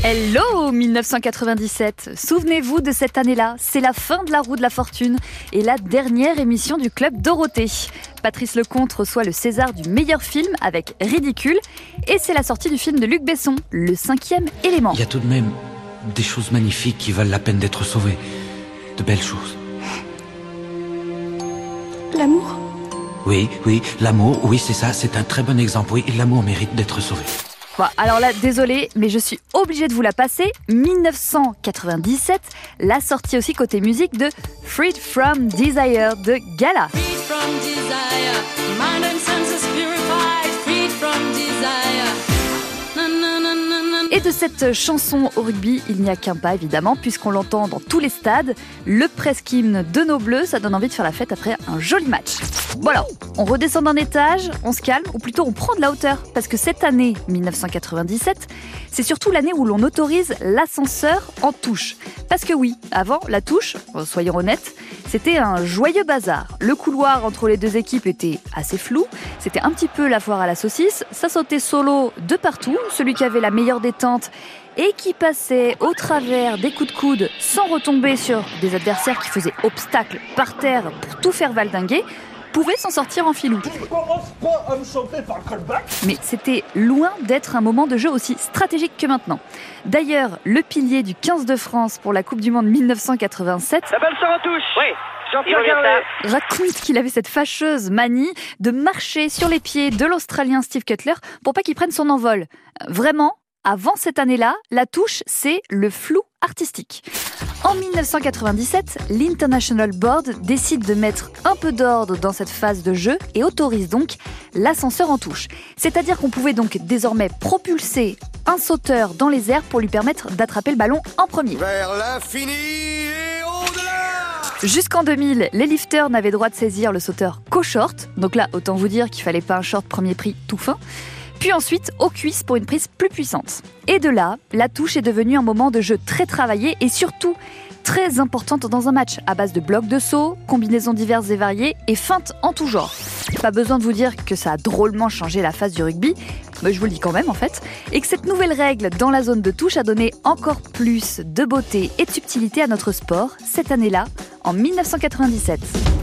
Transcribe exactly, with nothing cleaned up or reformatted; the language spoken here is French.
Hello dix-neuf cent quatre-vingt-dix-sept. Souvenez-vous de cette année-là, c'est la fin de la roue de la fortune et la dernière émission du Club Dorothée. Patrice Lecomte reçoit le César du meilleur film avec Ridicule et c'est la sortie du film de Luc Besson, Le cinquième élément. Il y a tout de même des choses magnifiques qui valent la peine d'être sauvées. De belles choses. L'amour ? Oui, oui, l'amour, oui, c'est ça, c'est un très bon exemple. Oui, l'amour mérite d'être sauvé. Bon, alors là, désolé, mais je suis obligée de vous la passer. dix-neuf cent quatre-vingt-dix-sept, la sortie aussi côté musique de Freed from Desire de Gala. Freed from desire, mind and senses purified, freed from desire. Na, na, na, na, na. Et de cette chanson au rugby, il n'y a qu'un pas évidemment, puisqu'on l'entend dans tous les stades. Le presque hymne de nos Bleus, ça donne envie de faire la fête après un joli match. Bon alors, on redescend d'un étage, on se calme, ou plutôt on prend de la hauteur. Parce que cette année, dix-neuf cent quatre-vingt-dix-sept, c'est surtout l'année où l'on autorise l'ascenseur en touche. Parce que oui, avant, la touche, soyons honnêtes, c'était un joyeux bazar. Le couloir entre les deux équipes était assez flou, c'était un petit peu la foire à la saucisse, ça sautait solo de partout, celui qui avait la meilleure détente et qui passait au travers des coups de coude sans retomber sur des adversaires qui faisaient obstacle par terre pour tout faire valdinguer, pouvait s'en sortir en filou. Je commence pas à me chauffer par le callback. Mais c'était loin d'être un moment de jeu aussi stratégique que maintenant. D'ailleurs, le pilier du quinze de France pour la Coupe du Monde dix-neuf cent quatre-vingt-sept La balle sort en touche. Oui. Jean-Pierre Gervais raconte qu'il avait cette fâcheuse manie de marcher sur les pieds de l'Australien Steve Cutler pour pas qu'il prenne son envol. Vraiment, avant cette année-là, la touche, c'est le flou artistique. En dix-neuf cent quatre-vingt-dix-sept, l'International Board décide de mettre un peu d'ordre dans cette phase de jeu et autorise donc l'ascenseur en touche. C'est-à-dire qu'on pouvait donc désormais propulser un sauteur dans les airs pour lui permettre d'attraper le ballon en premier. Vers l'infini et au-delà. Jusqu'en deux mille, les lifters n'avaient droit de saisir le sauteur qu'au short. Donc là, autant vous dire qu'il fallait pas un short premier prix tout fin. Puis ensuite, aux cuisses pour une prise plus puissante. Et de là, la touche est devenue un moment de jeu très travaillé et surtout très importante dans un match, à base de blocs de saut, combinaisons diverses et variées et feintes en tout genre. Pas besoin de vous dire que ça a drôlement changé la face du rugby, mais je vous le dis quand même en fait, et que cette nouvelle règle dans la zone de touche a donné encore plus de beauté et de subtilité à notre sport cette année-là, en dix-neuf cent quatre-vingt-dix-sept.